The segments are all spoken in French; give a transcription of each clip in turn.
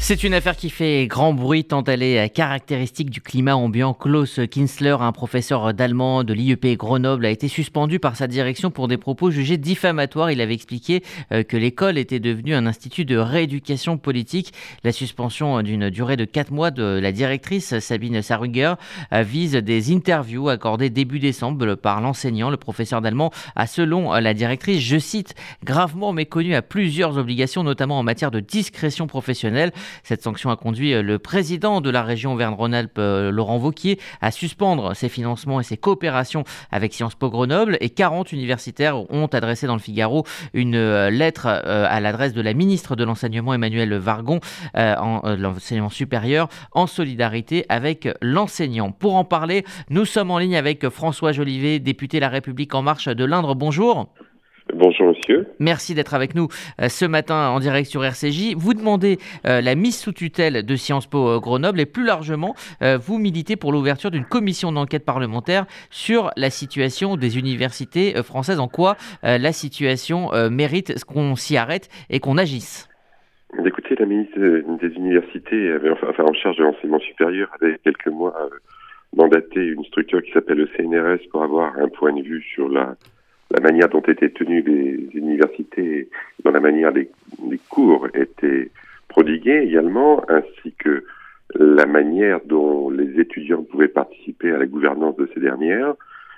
C'est une affaire qui fait grand bruit tant elle est caractéristique du climat ambiant. Klaus Kinsler, un professeur d'allemand de l'IEP Grenoble, a été suspendu par sa direction pour des propos jugés diffamatoires. Il avait expliqué que l'école était devenue un institut de rééducation politique. La suspension d'une durée de 4 mois de la directrice Sabine Saruger vise des interviews accordées début décembre par l'enseignant. Le professeur d'allemand a, selon la directrice, je cite, gravement méconnu à plusieurs obligations, notamment en matière de discrétion professionnelle. Cette sanction a conduit le président de la région Auvergne-Rhône-Alpes, Laurent Wauquiez, à suspendre ses financements et ses coopérations avec Sciences Po Grenoble. Et 40 universitaires ont adressé dans le Figaro une lettre à l'adresse de la ministre de l'Enseignement, Emmanuelle Wargon, l'enseignement supérieur, en solidarité avec l'enseignant. Pour en parler, nous sommes en ligne avec François Jolivet, député La République En Marche de l'Indre. Bonjour. Bonjour monsieur. Merci d'être avec nous ce matin en direct sur RCJ. Vous demandez la mise sous tutelle de Sciences Po Grenoble et plus largement, vous militez pour l'ouverture d'une commission d'enquête parlementaire sur la situation des universités françaises. En quoi la situation mérite qu'on s'y arrête et qu'on agisse? Écoutez, la ministre des Universités, en charge de l'enseignement supérieur, avait quelques mois mandaté une structure qui s'appelle le CNRS pour avoir un point de vue sur la manière dont étaient tenues les universités, dont la manière les cours étaient prodigués également, ainsi que la manière dont les étudiants pouvaient participer à la gouvernance de ces dernières.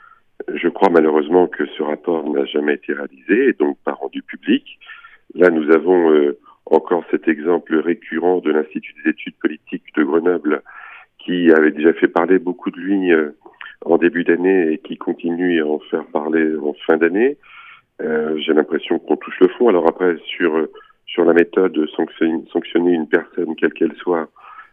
Je crois malheureusement que ce rapport n'a jamais été réalisé et donc pas rendu public. Là, nous avons encore cet exemple récurrent de l'Institut des études politiques de Grenoble qui avait déjà fait parler beaucoup de lui en début d'année et qui continue à en faire parler en fin d'année. J'ai l'impression qu'on touche le fond. Alors après, sur la méthode de sanctionner une personne, quelle qu'elle soit,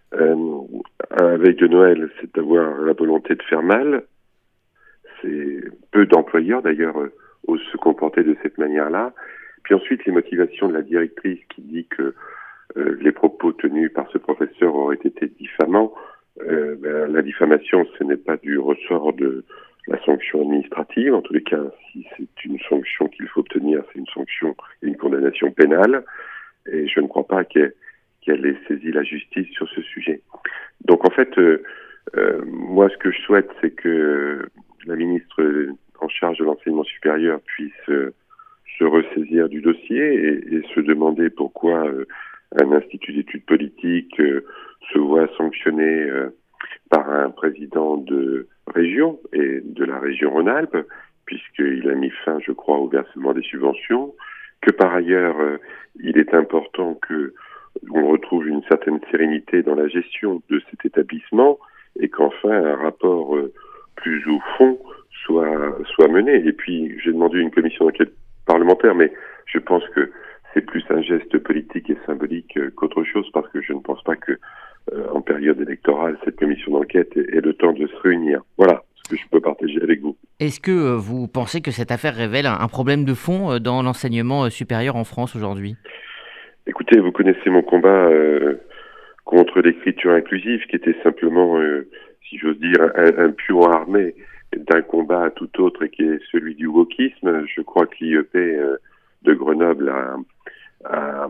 à la veille de Noël, c'est d'avoir la volonté de faire mal. C'est peu d'employeurs, d'ailleurs, osent se comporter de cette manière-là. Puis ensuite, les motivations de la directrice qui dit que les propos tenus par ce professeur auraient été diffamants. La diffamation, ce n'est pas du ressort de la sanction administrative. En tous les cas, si c'est une sanction qu'il faut obtenir, c'est une sanction et une condamnation pénale. Et je ne crois pas qu'elle ait saisi la justice sur ce sujet. Donc en fait, moi ce que je souhaite, c'est que la ministre en charge de l'enseignement supérieur puisse se ressaisir du dossier et se demander pourquoi un institut d'études politiques se voit sanctionné par un président de région et de la région Rhône-Alpes, puisqu'il a mis fin, je crois, au versement des subventions, que par ailleurs, il est important que on retrouve une certaine sérénité dans la gestion de cet établissement et qu'enfin un rapport plus au fond soit mené. Et puis, j'ai demandé une commission d'enquête parlementaire, mais je pense que c'est plus un geste politique et symbolique qu'autre chose, parce que je ne pense pas que en période électorale, cette commission d'enquête ait le temps de se réunir. Voilà ce que je peux partager avec vous. Est-ce que vous pensez que cette affaire révèle un problème de fond dans l'enseignement supérieur en France aujourd'hui? Écoutez, vous connaissez mon combat contre l'écriture inclusive, qui était simplement, si j'ose dire, un pion armé d'un combat tout autre, et qui est celui du wokisme. Je crois que l'IEP de Grenoble a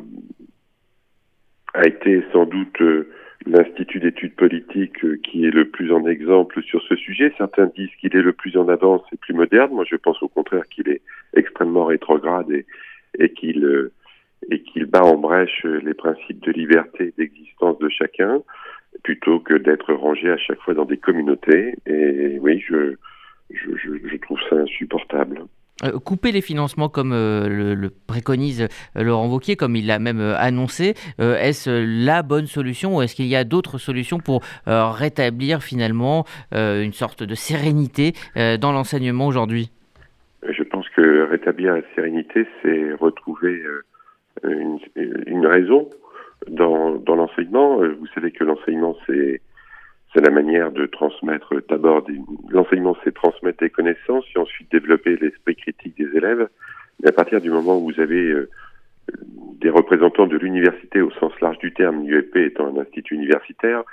été sans doute l'Institut d'études politiques qui est le plus en exemple sur ce sujet. Certains disent qu'il est le plus en avance et plus moderne. Moi, je pense au contraire qu'il est extrêmement rétrograde et qu'il bat en brèche les principes de liberté et d'existence de chacun, plutôt que d'être rangé à chaque fois dans des communautés. Et oui, je trouve ça insupportable. Couper les financements comme le préconise Laurent Wauquiez, comme il l'a même annoncé, est-ce la bonne solution ou est-ce qu'il y a d'autres solutions pour rétablir finalement une sorte de sérénité dans l'enseignement aujourd'hui? Je pense que rétablir la sérénité, c'est retrouver une raison dans l'enseignement. Vous savez que l'enseignement, c'est la manière de transmettre l'enseignement, c'est transmettre des connaissances et ensuite développer l'esprit critique des élèves. Mais à partir du moment où vous avez des représentants de l'université au sens large du terme, l'UEP étant un institut universitaire,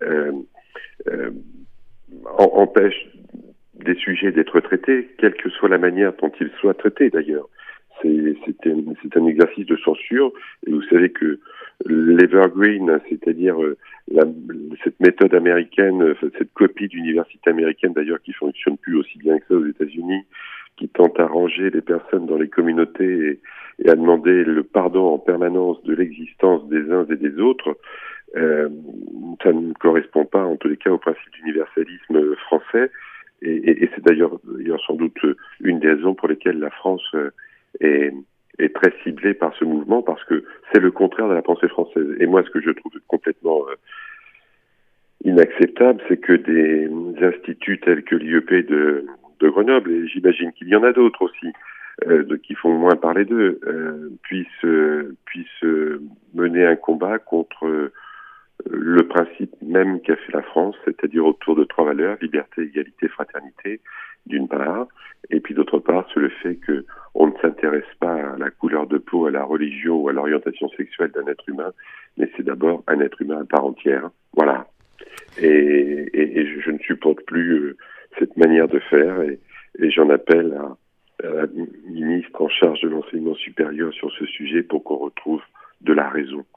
empêche des sujets d'être traités, quelle que soit la manière dont ils soient traités d'ailleurs. C'est un exercice de censure, et vous savez que l'Evergreen, c'est-à-dire cette méthode américaine, cette copie d'université américaine d'ailleurs qui fonctionne plus aussi bien que ça aux États-Unis, qui tente à ranger les personnes dans les communautés et à demander le pardon en permanence de l'existence des uns et des autres, ça ne correspond pas en tous les cas au principe d'universalisme français. Et c'est d'ailleurs sans doute une des raisons pour lesquelles la France est très ciblée par ce mouvement, parce que c'est le contraire de la pensée française. Et moi, ce que je trouve complètement inacceptable, c'est que des instituts tels que l'IEP de Grenoble, et j'imagine qu'il y en a d'autres aussi, qui font moins parler d'eux, puissent mener un combat contre le principe même qu'a fait la France, c'est-à-dire autour de 3 valeurs: liberté, égalité, fraternité, d'une part, et puis d'autre part, sur le fait que on ne s'intéresse pas à la couleur de peau, à la religion ou à l'orientation sexuelle d'un être humain, mais c'est d'abord un être humain à part entière. Voilà. Et je ne supporte plus cette manière de faire, et j'en appelle à la ministre en charge de l'enseignement supérieur sur ce sujet pour qu'on retrouve de la raison.